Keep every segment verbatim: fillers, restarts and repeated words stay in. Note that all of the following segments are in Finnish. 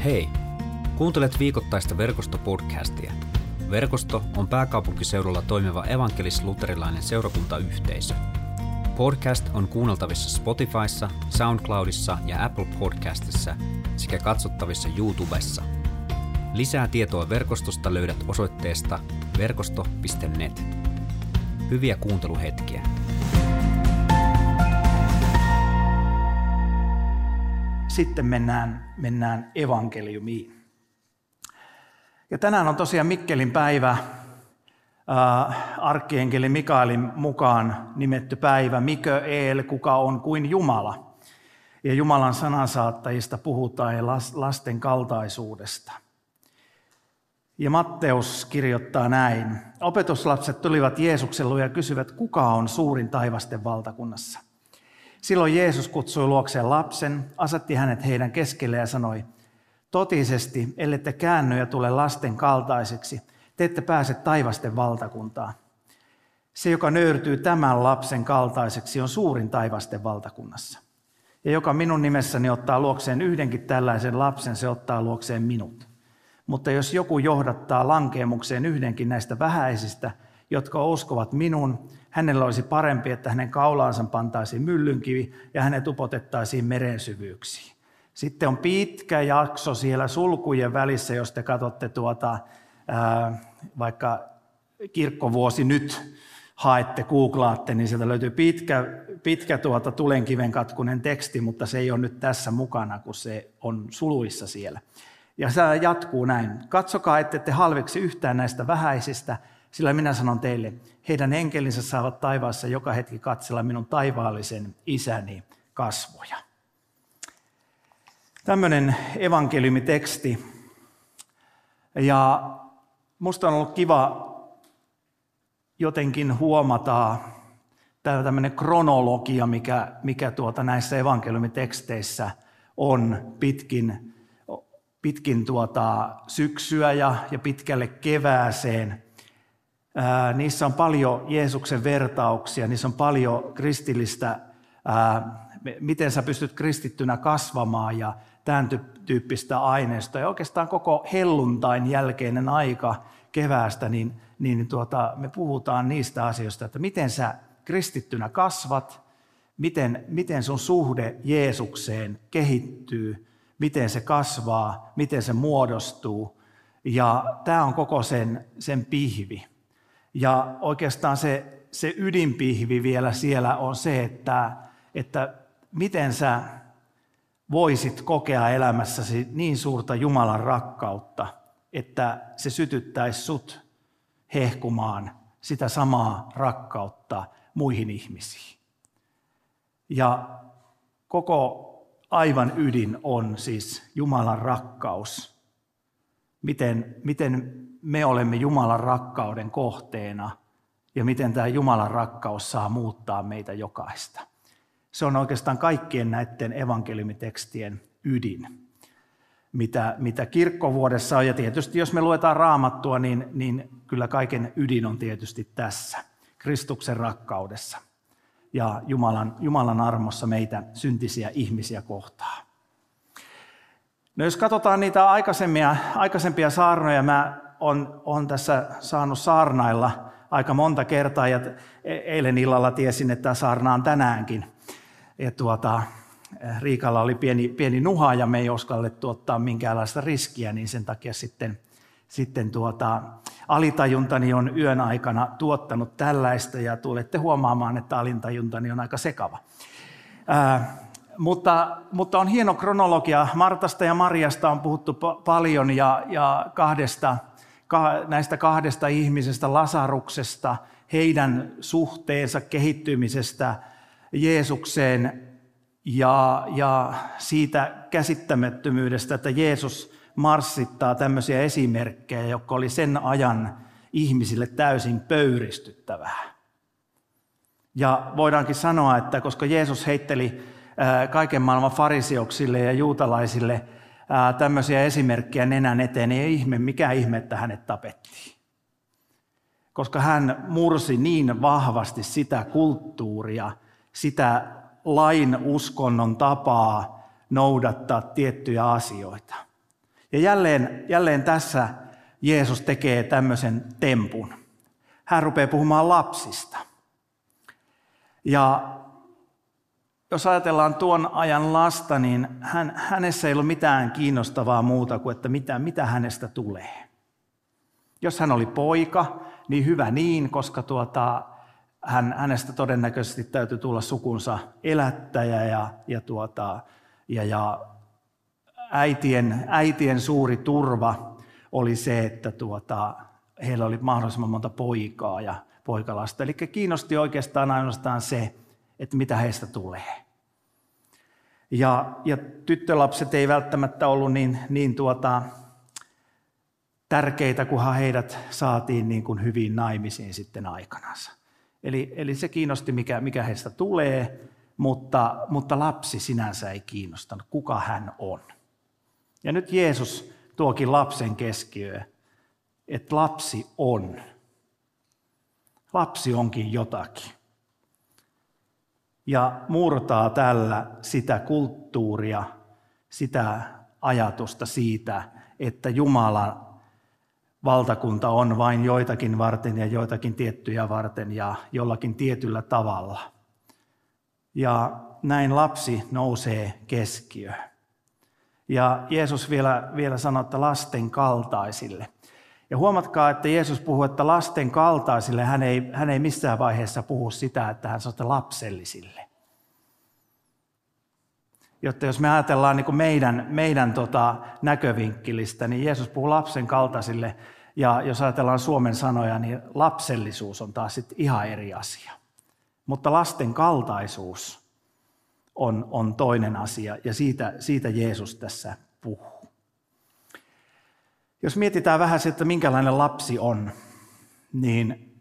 Hei! Kuuntelet viikoittaista Verkosto-podcastia. Verkosto on pääkaupunkiseudulla toimiva evankelis-luterilainen seurakuntayhteisö. Podcast on kuunneltavissa Spotifyssa, SoundCloudissa ja Apple Podcastissa sekä katsottavissa YouTubessa. Lisää tietoa verkostosta löydät osoitteesta verkosto piste net. Hyviä kuunteluhetkiä. Sitten mennään, mennään evankeliumiin. Ja tänään on tosiaan Mikkelin päivä, äh, arkkienkeli Mikaelin mukaan nimetty päivä, Miköeel, kuka on kuin Jumala. Ja Jumalan sanansaattajista puhutaan ja lasten kaltaisuudesta. Ja Matteus kirjoittaa näin. Opetuslapset tulivat Jeesuksen luo ja kysyivät, kuka on suurin taivasten valtakunnassa. Silloin Jeesus kutsui luokseen lapsen, asetti hänet heidän keskelle ja sanoi, totisesti, ellette käänny ja tule lasten kaltaiseksi, te ette pääse taivasten valtakuntaan. Se, joka nöyrtyy tämän lapsen kaltaiseksi, on suurin taivasten valtakunnassa. Ja joka minun nimessäni ottaa luokseen yhdenkin tällaisen lapsen, se ottaa luokseen minut. Mutta jos joku johdattaa lankeemukseen yhdenkin näistä vähäisistä, jotka uskovat minun, hänellä olisi parempi, että hänen kaulaansa pantaisiin myllynkivi ja hänet upotettaisiin meren syvyyksiin. Sitten on pitkä jakso siellä sulkujen välissä, jos te katsotte tuota, ää, vaikka kirkkovuosi nyt haette, googlaatte, niin sieltä löytyy pitkä, pitkä tuota tulenkiven katkunen teksti, mutta se ei ole nyt tässä mukana, kun se on suluissa siellä. Ja se jatkuu näin. Katsokaa, ette te halveksi yhtään näistä vähäisistä, sillä minä sanon teille, heidän enkelinsä saavat taivaassa joka hetki katsella minun taivaallisen isäni kasvoja. Tämmöinen evankeliumiteksti. Ja musta on ollut kiva jotenkin huomata tämä tämmöinen kronologia, mikä, mikä tuota näissä evankeliumiteksteissä on pitkin, pitkin tuota syksyä ja, ja pitkälle kevääseen. Ää, niissä on paljon Jeesuksen vertauksia, niissä on paljon kristillistä, ää, miten sä pystyt kristittynä kasvamaan ja tämän tyyppistä aineistoa. Ja oikeastaan koko helluntain jälkeinen aika keväästä, niin, niin tuota, me puhutaan niistä asioista, että miten sä kristittynä kasvat, miten, miten sun suhde Jeesukseen kehittyy, miten se kasvaa, miten se muodostuu. Ja tämä on koko sen, sen pihvi. Ja oikeastaan se, se ydinpihvi vielä siellä on se, että, että miten sä voisit kokea elämässäsi niin suurta Jumalan rakkautta, että se sytyttäisi sut hehkumaan sitä samaa rakkautta muihin ihmisiin. Ja koko aivan ydin on siis Jumalan rakkaus. Miten, miten me olemme Jumalan rakkauden kohteena ja miten tämä Jumalan rakkaus saa muuttaa meitä jokaista. Se on oikeastaan kaikkien näiden evankeliumitekstien ydin, mitä, mitä kirkkovuodessa on. Ja tietysti jos me luetaan Raamattua, niin, niin kyllä kaiken ydin on tietysti tässä, Kristuksen rakkaudessa ja Jumalan, Jumalan armossa meitä syntisiä ihmisiä kohtaan. No jos katsotaan niitä aikaisempia, aikaisempia saarnoja, mä oon, oon tässä saanut saarnailla aika monta kertaa ja eilen illalla tiesin, että saarnaan tänäänkin. Ja tuota, Riikalla oli pieni, pieni nuha ja me ei uskallettu ottaa minkäänlaista riskiä, niin sen takia sitten, sitten tuota, alitajuntani on yön aikana tuottanut tällaista ja tulette huomaamaan, että alitajuntani on aika sekava. Ää, mutta, mutta on hieno kronologia. Martasta ja Mariasta on puhuttu pa- paljon ja, ja kahdesta, ka, näistä kahdesta ihmisestä, Lasaruksesta, heidän suhteensa kehittymisestä Jeesukseen ja, ja siitä käsittämättömyydestä, että Jeesus marssittaa tämmöisiä esimerkkejä, jotka oli sen ajan ihmisille täysin pöyristyttävää. Ja voidaankin sanoa, että koska Jeesus heitteli kaiken maailman fariseoksille ja juutalaisille tämmöisiä esimerkkejä nenän eteen, niin ei ihme, mikä ihme, että hänet tapettiin. Koska hän mursi niin vahvasti sitä kulttuuria, sitä lain uskonnon tapaa noudattaa tiettyjä asioita. Ja jälleen, jälleen tässä Jeesus tekee tämmöisen tempun. Hän rupeaa puhumaan lapsista. Ja jos ajatellaan tuon ajan lasta, niin hän, hänessä ei ole mitään kiinnostavaa muuta kuin, että mitä, mitä hänestä tulee. Jos hän oli poika, niin hyvä niin, koska tuota, hän, hänestä todennäköisesti täytyy tulla sukunsa elättäjä ja, ja, tuota, ja, ja äitien, äitien suuri turva oli se, että tuota, heillä oli mahdollisimman monta poikaa ja poikalasta. Eli kiinnosti oikeastaan ainoastaan se, että mitä heistä tulee. Ja, ja tyttölapset ei välttämättä ollut niin, niin tuota, tärkeitä, kunhan heidät saatiin niin kuin hyvin naimisiin sitten aikanansa. Eli, eli se kiinnosti, mikä, mikä heistä tulee, mutta, mutta lapsi sinänsä ei kiinnostanut, kuka hän on. Ja nyt Jeesus tuokin lapsen keskiöön, että lapsi on. Lapsi onkin jotakin. Ja murtaa tällä sitä kulttuuria, sitä ajatusta siitä, että Jumalan valtakunta on vain joitakin varten ja joitakin tiettyjä varten ja jollakin tietyllä tavalla. Ja näin lapsi nousee keskiöön. Ja Jeesus vielä, vielä sanoo, että lasten kaltaisille. Ja huomatkaa, että Jeesus puhuu, että lasten kaltaisille, hän ei, hän ei missään vaiheessa puhu sitä, että hän sanoo lapsellisille. Jotta jos me ajatellaan niin kuin meidän, meidän tota näkövinkkelistä, niin Jeesus puhuu lapsen kaltaisille. Ja jos ajatellaan Suomen sanoja, niin lapsellisuus on taas sitten ihan eri asia. Mutta lasten kaltaisuus on, on toinen asia, ja siitä, siitä Jeesus tässä puhuu. Jos mietitään vähän se, että minkälainen lapsi on, niin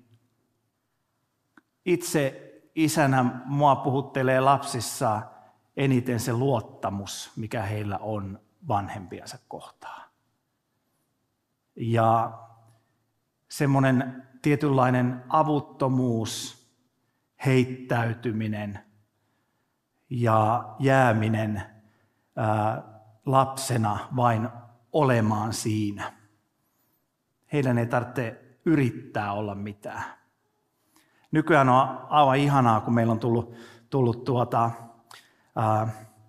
itse isänä mua puhuttelee lapsissa eniten se luottamus, mikä heillä on vanhempiansa kohtaan. Ja semmoinen tietynlainen avuttomuus, heittäytyminen ja jääminen ää, lapsena vain olemaan siinä. Heidän ei tarvitse yrittää olla mitään. Nykyään on aivan ihanaa, kun meillä on tullut, tullut tuota, ää,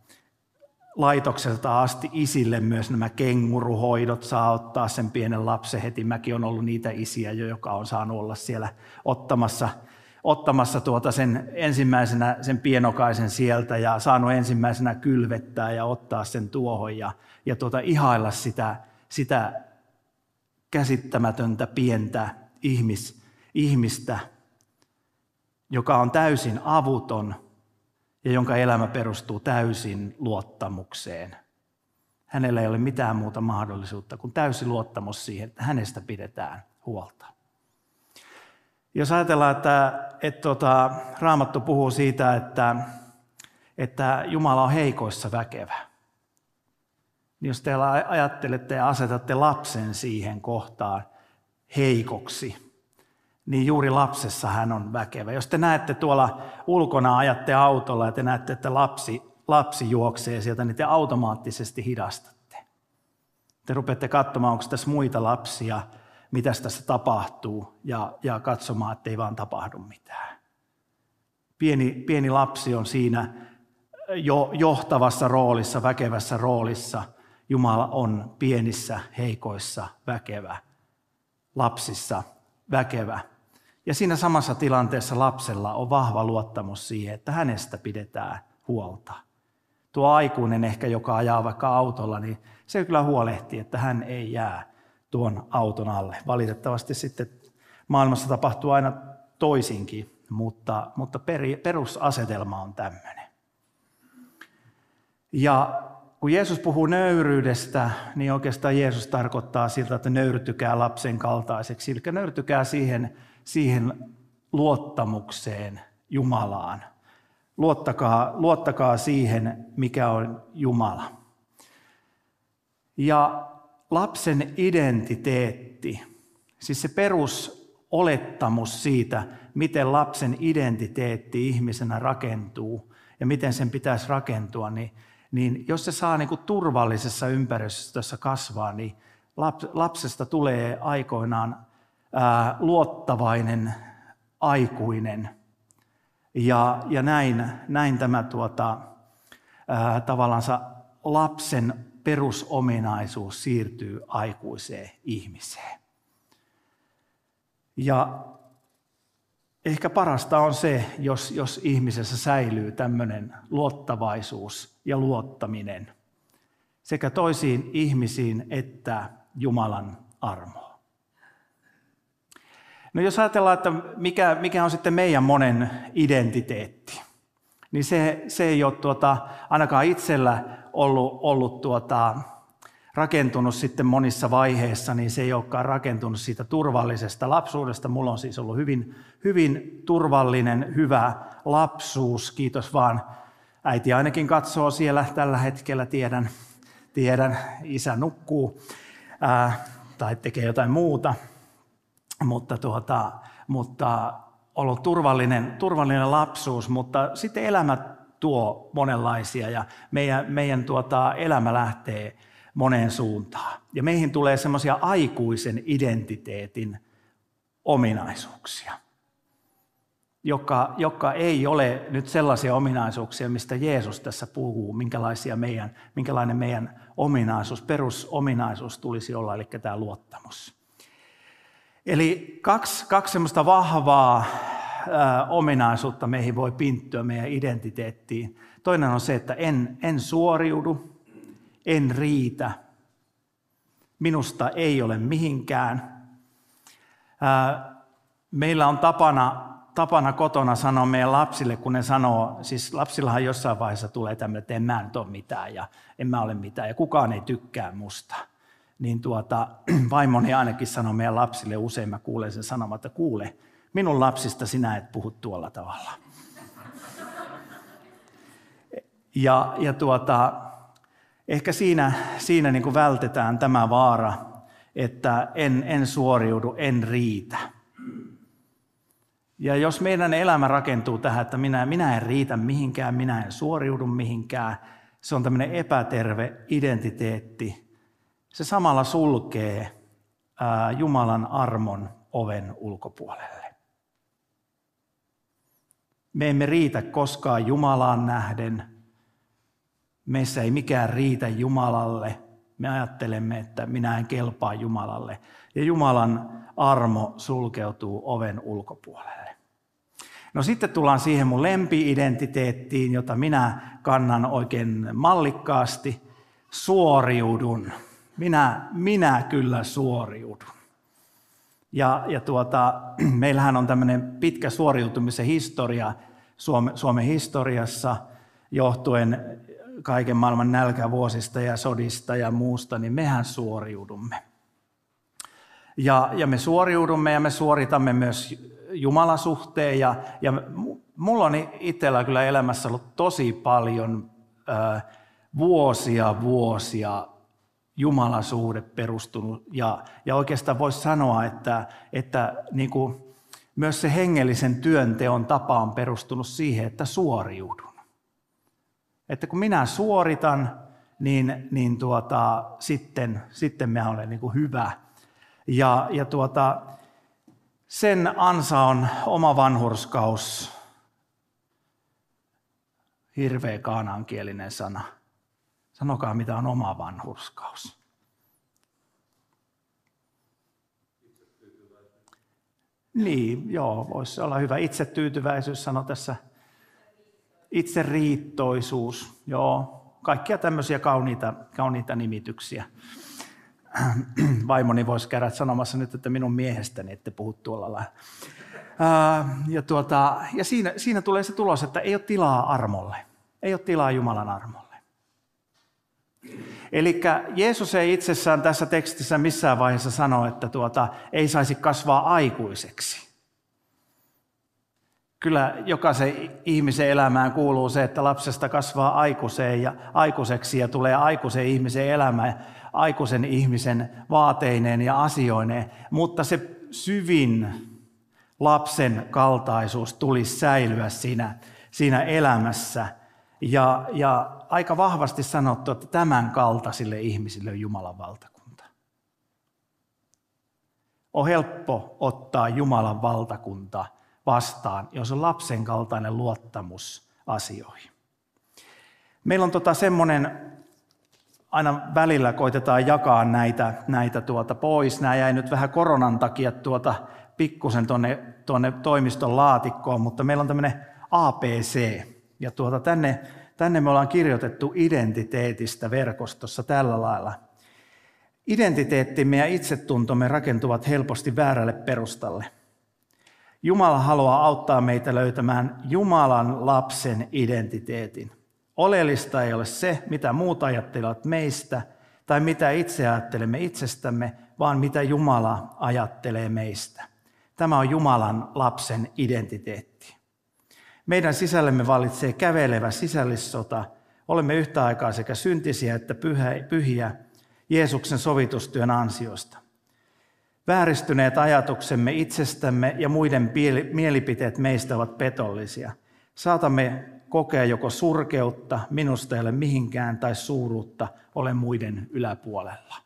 laitokselta asti isille myös nämä kenguruhoidot, saa ottaa sen pienen lapsen heti. Mäkin on ollut niitä isiä jo, joka on saanut olla siellä ottamassa, ottamassa tuota sen ensimmäisenä sen pienokaisen sieltä ja saanut ensimmäisenä kylvettää ja ottaa sen tuohon ja, ja tuota, ihailla sitä, sitä käsittämätöntä pientä ihmis, ihmistä, joka on täysin avuton ja jonka elämä perustuu täysin luottamukseen. Hänellä ei ole mitään muuta mahdollisuutta kuin täysi luottamus siihen, että hänestä pidetään huolta. Jos ajatellaan, että, että tuota, Raamattu puhuu siitä, että, että Jumala on heikoissa väkevä, niin jos te ajattelette ja asetatte lapsen siihen kohtaan heikoksi, niin juuri lapsessa hän on väkevä. Jos te näette tuolla ulkona, ajatte autolla ja te näette, että lapsi, lapsi juoksee sieltä, niin te automaattisesti hidastatte. Te rupeatte katsomaan, onko tässä muita lapsia, mitä tässä tapahtuu, ja, ja katsomaan, että ei vaan tapahdu mitään. Pieni, pieni lapsi on siinä jo johtavassa roolissa, väkevässä roolissa. Jumala on pienissä, heikoissa, väkevä, lapsissa väkevä. Ja siinä samassa tilanteessa lapsella on vahva luottamus siihen, että hänestä pidetään huolta. Tuo aikuinen ehkä, joka ajaa vaikka autolla, niin se kyllä huolehtii, että hän ei jää tuon auton alle. Valitettavasti sitten maailmassa tapahtuu aina toisinkin, mutta, mutta peri, perusasetelma on tämmöinen. Ja kun Jeesus puhuu nöyryydestä, niin oikeastaan Jeesus tarkoittaa siltä, että nöyrtykää lapsen kaltaiseksi. Eli nöyrtykää siihen, siihen luottamukseen Jumalaan. Luottakaa, luottakaa siihen, mikä on Jumala. Ja lapsen identiteetti, siis se perusolettamus siitä, miten lapsen identiteetti ihmisenä rakentuu ja miten sen pitäisi rakentua, niin, niin jos se saa niin kuin turvallisessa ympäristössä kasvaa, niin lapsesta tulee aikoinaan ää, luottavainen aikuinen. Ja, ja näin, näin tämä tuota, ää, tavallansa lapsen perusominaisuus siirtyy aikuiseen ihmiseen. Ja ehkä parasta on se, jos, jos ihmisessä säilyy tämmöinen luottavaisuus ja luottaminen sekä toisiin ihmisiin että Jumalan armoon. No jos ajatellaan, että mikä, mikä on sitten meidän monen identiteetti, niin se, se ei ole tuota, ainakaan itsellä ollut, ollut tuota, rakentunut sitten monissa vaiheissa, niin se ei olekaan rakentunut siitä turvallisesta lapsuudesta. Mulla on siis ollut hyvin, hyvin turvallinen, hyvä lapsuus. Kiitos vaan. Äiti ainakin katsoo siellä tällä hetkellä, tiedän, tiedän isä nukkuu ää, tai tekee jotain muuta. Mutta, tuota, mutta ollut turvallinen, turvallinen lapsuus, mutta sitten elämä tuo monenlaisia ja meidän, meidän tuota, elämä lähtee moneen suuntaan. Ja meihin tulee semmoisia aikuisen identiteetin ominaisuuksia, joka, joka ei ole nyt sellaisia ominaisuuksia, mistä Jeesus tässä puhuu, minkälaisia meidän, minkälainen meidän ominaisuus, perusominaisuus tulisi olla, eli tämä luottamus. Eli kaksi, kaksi semmoista vahvaa ä, ominaisuutta meihin voi pinttyä meidän identiteettiin. Toinen on se, että en, en suoriudu, en riitä, minusta ei ole mihinkään. Ä, meillä on tapana, tapana kotona sanoa meidän lapsille, kun ne sanoo, siis lapsillahan jossain vaiheessa tulee tämmöinen, että en mä nyt ole mitään ja en mä ole mitään ja kukaan ei tykkää musta. Niin tuota, vaimoni ainakin sanoi meidän lapsille usein, mä kuulen sen sanomaan, että kuule, minun lapsista sinä et puhu tuolla tavalla. Ja, ja tuota, ehkä siinä, siinä niin kuin vältetään tämä vaara, että en, en suoriudu, en riitä. Ja jos meidän elämä rakentuu tähän, että minä, minä en riitä mihinkään, minä en suoriudu mihinkään, se on tämmöinen epäterve identiteetti. Se samalla sulkee ää, Jumalan armon oven ulkopuolelle. Me emme riitä koskaan Jumalaan nähden. Meissä ei mikään riitä Jumalalle. Me ajattelemme, että minä en kelpaa Jumalalle. Ja Jumalan armo sulkeutuu oven ulkopuolelle. No sitten tullaan siihen mun lempi-identiteettiin, jota minä kannan oikein mallikkaasti. Suoriudun. Minä, minä kyllä suoriudun. Ja, ja tuota, meillähän on tämmöinen pitkä suoriutumisen historia Suomen, Suomen historiassa johtuen kaiken maailman nälkävuosista ja sodista ja muusta, niin mehän suoriudumme. Ja, ja me suoriudumme ja me suoritamme myös Jumalasuhteen. Ja, ja mulla on itsellä kyllä elämässä ollut tosi paljon äh, vuosia vuosia Jumalasuhde perustunut. Ja, ja oikeastaan voisi sanoa, että, että niin kuin myös se hengellisen työnteon tapa on perustunut siihen, että suoriudun. Että kun minä suoritan, niin, niin tuota, sitten, sitten minä olen niin kuin hyvä. Ja, ja tuota, sen ansa on oma vanhurskaus, hirveä kaanaankielinen sana. Sanokaa, mitä on oma vanhurskaus. Niin, joo, voisi olla hyvä. Itsetyytyväisyys sano tässä. Itseriittoisuus, joo. Kaikkia tämmöisiä kauniita, kauniita nimityksiä. Vaimoni voisi käydä sanomassa nyt, että minun miehestäni ette puhu tuolla lailla. Ja, tuota, ja siinä, siinä tulee se tulos, että ei ole tilaa armolle. Ei ole tilaa Jumalan armolle. Eli Jeesus ei itsessään tässä tekstissä missään vaiheessa sano, että tuota, ei saisi kasvaa aikuiseksi. Kyllä jokaisen ihmisen elämään kuuluu se, että lapsesta kasvaa aikuiseen ja aikuiseksi ja tulee aikuisen ihmisen elämä, aikuisen ihmisen vaateineen ja asioineen, mutta se syvin lapsen kaltaisuus tulisi säilyä siinä, siinä elämässä. Ja, ja aika vahvasti sanottu, että tämän kaltaisille ihmisille on Jumalan valtakunta. On helppo ottaa Jumalan valtakunta vastaan, jos on lapsen kaltainen luottamus asioihin. Meillä on tota semmoinen, aina välillä koitetaan jakaa näitä, näitä tuota pois. Nämä jäi nyt vähän koronan takia tuota pikkusen tuonne, tuonne toimiston laatikkoon, mutta meillä on tämmöinen A B C. Ja tuota, tänne, tänne me ollaan kirjoitettu identiteetistä verkostossa tällä lailla. Identiteettimme ja itsetuntomme rakentuvat helposti väärälle perustalle. Jumala haluaa auttaa meitä löytämään Jumalan lapsen identiteetin. Oleellista ei ole se, mitä muut ajattelevat meistä tai mitä itse ajattelemme itsestämme, vaan mitä Jumala ajattelee meistä. Tämä on Jumalan lapsen identiteetti. Meidän sisällämme vallitsee kävelevä sisällissota. Olemme yhtä aikaa sekä syntisiä että pyhiä Jeesuksen sovitustyön ansiosta. Vääristyneet ajatuksemme itsestämme ja muiden mielipiteet meistä ovat petollisia. Saatamme kokea joko surkeutta, minusta ei ole mihinkään, tai suuruutta, olen muiden yläpuolella.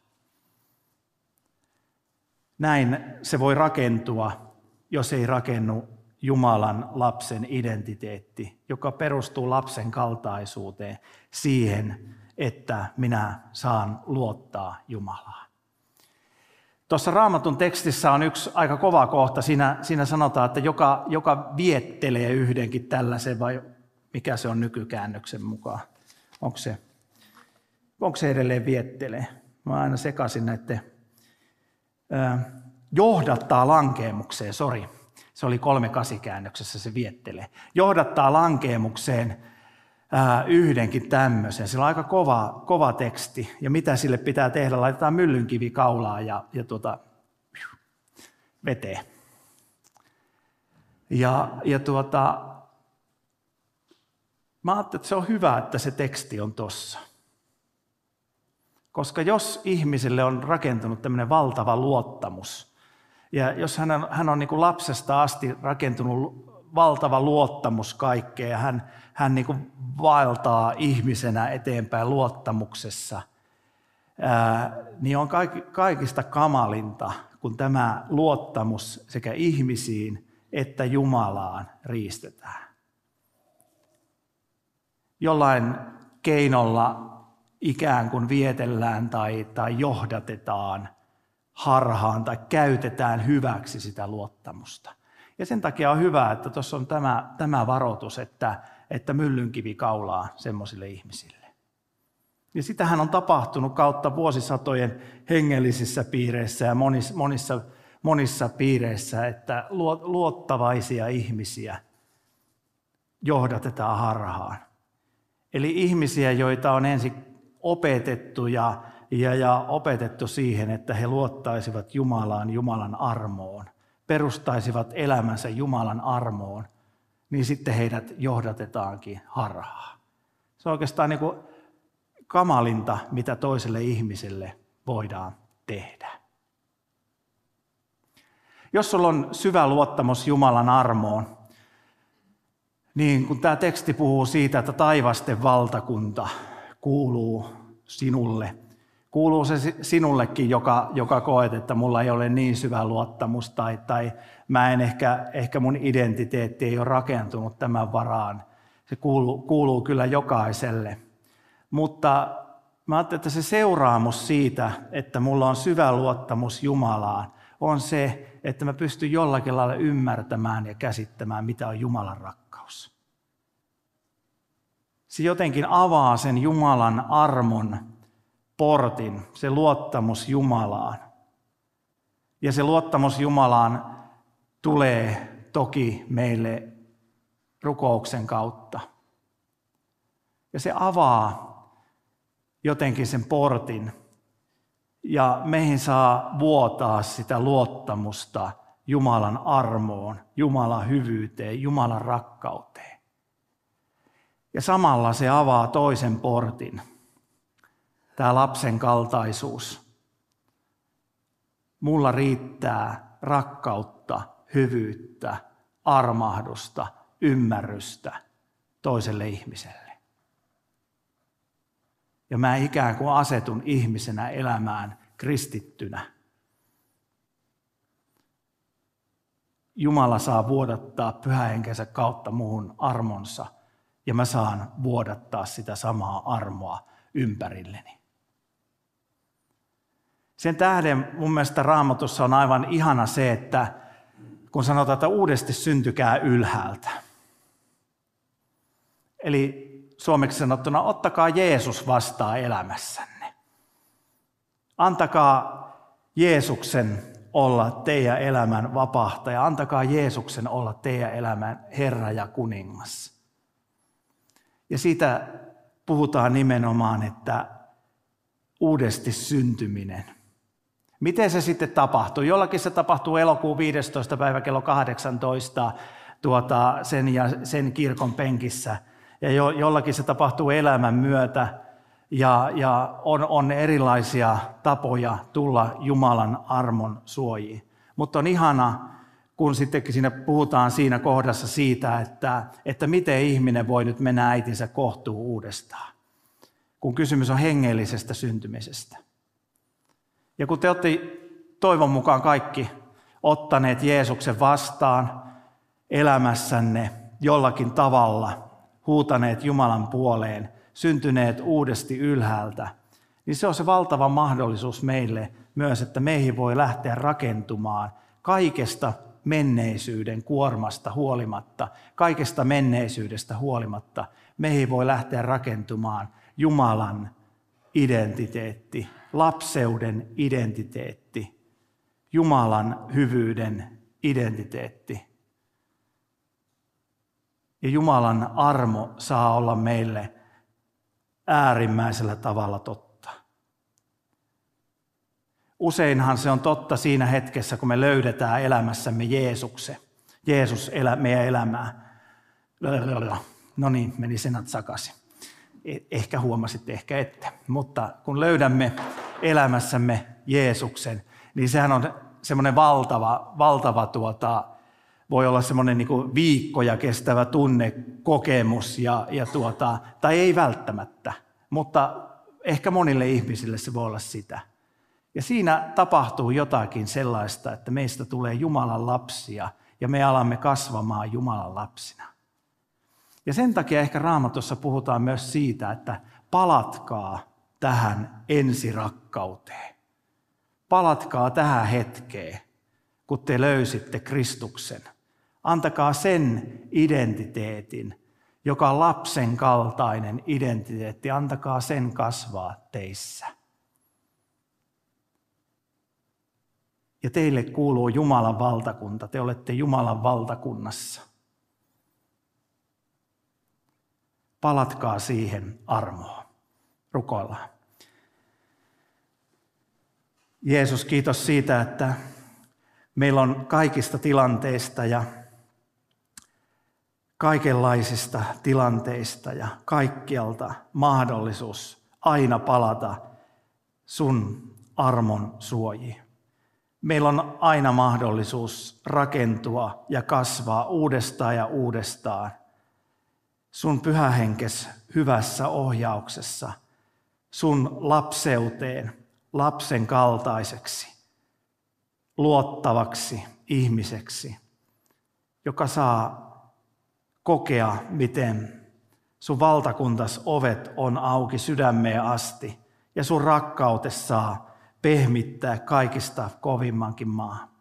Näin se voi rakentua, jos ei rakennu Jumalan lapsen identiteetti, joka perustuu lapsen kaltaisuuteen, siihen, että minä saan luottaa Jumalaan. Tuossa Raamatun tekstissä on yksi aika kova kohta. Siinä, siinä sanotaan, että joka, joka viettelee yhdenkin tällaisen, vai mikä se on nykykäännöksen mukaan? Onko se, onko se edelleen viettelee? Mä aina sekaisin näiden äh, johdattaa lankeemukseen, sori. Se oli kolme kasikäännöksessä se viettelee. Johdattaa lankeemukseen ää, yhdenkin tämmöisen. Sillä on aika kova, kova teksti. Ja mitä sille pitää tehdä? Laitetaan myllynkivi kaulaan ja, ja tuota, veteen. Ja, ja tuota, mä ajattelin, että se on hyvä, että se teksti on tossa. Koska jos ihmiselle on rakentunut tämmöinen valtava luottamus, ja jos hän on, hän on niin kuin lapsesta asti rakentunut valtava luottamus kaikkeen, ja hän, hän niin kuin vaeltaa ihmisenä eteenpäin luottamuksessa, ää, niin on kaikista kamalinta, kun tämä luottamus sekä ihmisiin että Jumalaan riistetään. Jollain keinolla ikään kuin vietellään tai, tai johdatetaan harhaan tai käytetään hyväksi sitä luottamusta. Ja sen takia on hyvä, että tuossa on tämä, tämä varoitus, että, että myllynkivi kaulaa semmoisille ihmisille. Ja sitähän on tapahtunut kautta vuosisatojen hengellisissä piireissä ja monissa, monissa, monissa piireissä, että luottavaisia ihmisiä johdatetaan harhaan. Eli ihmisiä, joita on ensin opetettu ja, ja, ja opetettu siihen, että he luottaisivat Jumalaan, Jumalan armoon, perustaisivat elämänsä Jumalan armoon, niin sitten heidät johdatetaankin harhaan. Se on oikeastaan niin kuin kamalinta, mitä toiselle ihmiselle voidaan tehdä. Jos sulla on syvä luottamus Jumalan armoon, niin kun tämä teksti puhuu siitä, että taivasten valtakunta kuuluu sinulle, kuuluu se sinullekin, joka, joka koet, että mulla ei ole niin syvä luottamus tai, tai mä en ehkä, ehkä mun identiteetti ei ole rakentunut tämän varaan. Se kuuluu, kuuluu kyllä jokaiselle. Mutta mä ajattelin, että se seuraamus siitä, että mulla on syvä luottamus Jumalaan, on se, että mä pystyn jollakin lailla ymmärtämään ja käsittämään, mitä on Jumalan rakkaus. Se jotenkin avaa sen Jumalan armon portin, se luottamus Jumalaan. Ja se luottamus Jumalaan tulee toki meille rukouksen kautta. Ja se avaa jotenkin sen portin. Ja meihin saa vuotaa sitä luottamusta Jumalan armoon, Jumalan hyvyyteen, Jumalan rakkauteen. Ja samalla se avaa toisen portin, tämä lapsen kaltaisuus. Mulla riittää rakkautta, hyvyyttä, armahdusta, ymmärrystä toiselle ihmiselle. ja mä ikään kuin asetun ihmisenä elämään kristittynä. Jumala saa vuodattaa pyhähenkensä kautta muuhun armonsa, ja mä saan vuodattaa sitä samaa armoa ympärilleni. Sen tähden mun mielestä Raamatussa on aivan ihana se, että kun sanotaan, että uudesti syntykää ylhäältä. Eli suomeksi sanottuna, ottakaa Jeesus vastaan elämässänne. Antakaa Jeesuksen olla teidän elämän vapahtaja. Antakaa Jeesuksen olla teidän elämän Herra ja kuningas. Ja siitä puhutaan nimenomaan, että uudesti syntyminen. Miten se sitten tapahtuu? Jollakin se tapahtuu elokuun viidestoista päivä kello kahdeksantoista tuota, sen, ja, sen kirkon penkissä. Ja jo, jollakin se tapahtuu elämän myötä. Ja, ja on, on erilaisia tapoja tulla Jumalan armon suojiin. Mutta on ihana, kun sittenkin siinä puhutaan siinä kohdassa siitä, että, että miten ihminen voi nyt mennä äitinsä kohtuun uudestaan. Kun kysymys on hengellisestä syntymisestä. Ja kun te olette toivon mukaan kaikki ottaneet Jeesuksen vastaan elämässänne jollakin tavalla, huutaneet Jumalan puoleen, syntyneet uudesti ylhäältä, niin se on se valtava mahdollisuus meille myös, että meihin voi lähteä rakentumaan kaikesta menneisyyden kuormasta huolimatta, kaikesta menneisyydestä huolimatta, meihin voi lähteä rakentumaan Jumalan identiteetti, lapseuden identiteetti, Jumalan hyvyyden identiteetti. Ja Jumalan armo saa olla meille äärimmäisellä tavalla totta. Useinhan se on totta siinä hetkessä, kun me löydetään elämässämme Jeesuksen. Jeesus elää meidän elämää. No niin, meni senat sakaisin. Ehkä huomasitte, ehkä ette. Mutta kun löydämme elämässämme Jeesuksen, niin sehän on semmoinen valtava, valtava tuota, voi olla semmoinen niin kuin viikkoja kestävä tunnekokemus, ja, ja tuota, tai ei välttämättä, mutta ehkä monille ihmisille se voi olla sitä. Ja siinä tapahtuu jotakin sellaista, että meistä tulee Jumalan lapsia, ja me alamme kasvamaan Jumalan lapsina. Ja sen takia ehkä Raamatussa puhutaan myös siitä, että palatkaa tähän ensirakkauteen. Palatkaa tähän hetkeen, kun te löysitte Kristuksen. Antakaa sen identiteetin, joka on lapsen kaltainen identiteetti. Antakaa sen kasvaa teissä. Ja teille kuuluu Jumalan valtakunta. Te olette Jumalan valtakunnassa. Palatkaa siihen armoon. Rukoillaan. Jeesus, kiitos siitä, että meillä on kaikista tilanteista ja kaikenlaisista tilanteista ja kaikkialta mahdollisuus aina palata sun armon suojiin. Meillä on aina mahdollisuus rakentua ja kasvaa uudestaan ja uudestaan sun pyhähenkes hyvässä ohjauksessa, sun lapseuteen, lapsen kaltaiseksi, luottavaksi ihmiseksi, joka saa kokea, miten sun valtakuntas ovet on auki sydämeen asti ja sun rakkautes saa pehmittää kaikista kovimmankin maa.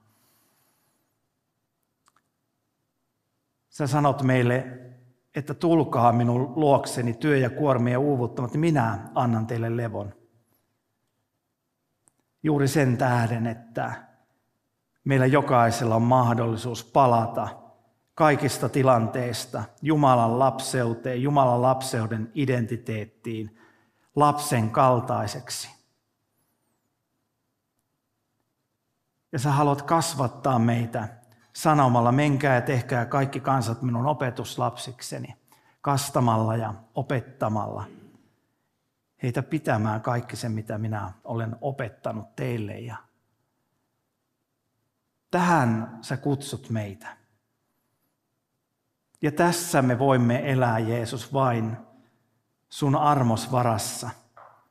Sä sanot meille, että tulkaa minun luokseni työ ja kuormia uuvuttamat, minä annan teille levon. Juuri sen tähden, että meillä jokaisella on mahdollisuus palata kaikista tilanteista Jumalan lapseuteen, Jumalan lapseuden identiteettiin, lapsen kaltaiseksi. Ja sä haluat kasvattaa meitä sanomalla, menkää ja tehkää kaikki kansat minun opetuslapsikseni, kastamalla ja opettamalla heitä pitämään kaikki se, mitä minä olen opettanut teille. Ja tähän sä kutsut meitä. Ja tässä me voimme elää, Jeesus, vain sun armos varassa.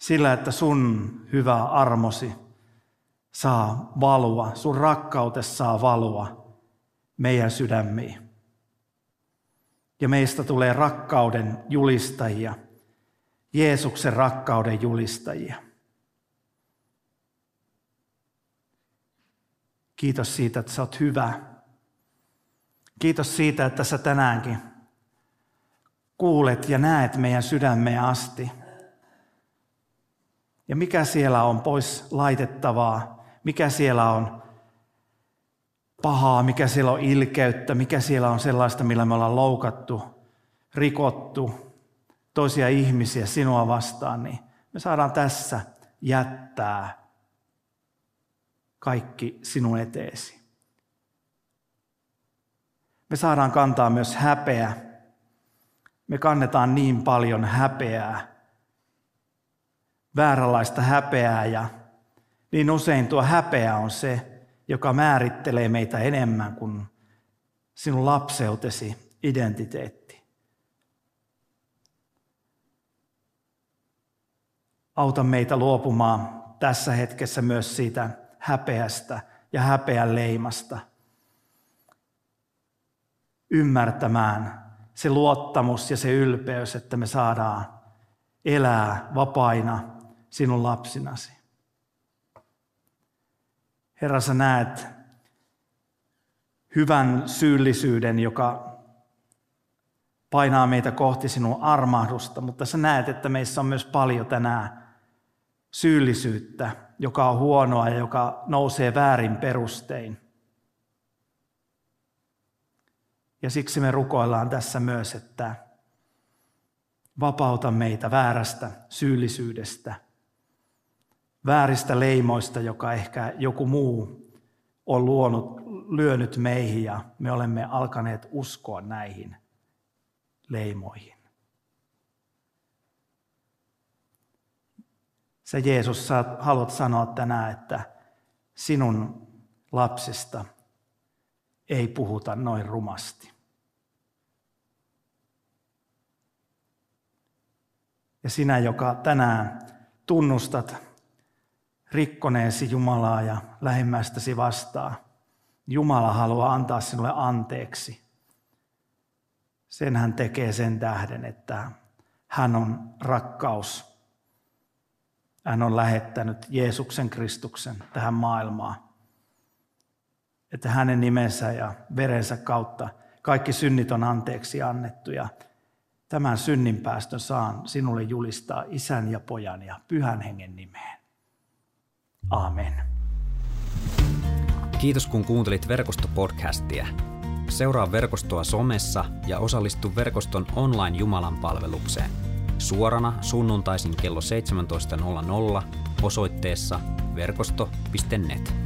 Sillä, että sun hyvä armosi saa valua, sun rakkautes saa valua meidän sydämiin. Ja meistä tulee rakkauden julistajia, Jeesuksen rakkauden julistajia. Kiitos siitä, että sä oot hyvä. Kiitos siitä, että sä tänäänkin kuulet ja näet meidän sydämeen asti. Ja mikä siellä on pois laitettavaa, mikä siellä on pahaa, mikä siellä on ilkeyttä, mikä siellä on sellaista, millä me ollaan loukattu, rikottu toisia ihmisiä sinua vastaan, niin me saadaan tässä jättää kaikki sinun eteesi. Me saadaan kantaa myös häpeä. Me kannetaan niin paljon häpeää, vääränlaista häpeää, ja niin usein tuo häpeä on se, joka määrittelee meitä enemmän kuin sinun lapseutesi identiteetti. Auta meitä luopumaan tässä hetkessä myös siitä häpeästä ja häpeän leimasta. Ymmärtämään se luottamus ja se ylpeys, että me saadaan elää vapaina sinun lapsinasi. Herra, sä näet hyvän syyllisyyden, joka painaa meitä kohti sinun armahdusta, mutta sä näet, että meissä on myös paljon tänään syyllisyyttä, joka on huonoa ja joka nousee väärin perustein. Ja siksi me rukoillaan tässä myös, että vapauta meitä väärästä syyllisyydestä, vääristä leimoista, joka ehkä joku muu on luonut, lyönyt meihin, ja me olemme alkaneet uskoa näihin leimoihin. Sä Jeesus, sä haluat sanoa tänään, että sinun lapsista ei puhuta noin rumasti. Ja sinä, joka tänään tunnustat rikkoneesi Jumalaa ja lähimmäistäsi vastaan, Jumala haluaa antaa sinulle anteeksi. Sen hän tekee sen tähden, että hän on rakkaus. Hän on lähettänyt Jeesuksen Kristuksen tähän maailmaan. Että hänen nimensä ja verensä kautta kaikki synnit on anteeksi annettu. Ja tämän synninpäästön saan sinulle julistaa Isän ja Pojan ja Pyhän Hengen nimeen. Amen. Kiitos kun kuuntelit Verkosto-podcastia. Seuraa Verkostoa somessa ja osallistu Verkoston online Jumalan palvelukseen. Suorana sunnuntaisin kello seitsemäntoista nolla nolla osoitteessa verkosto piste net.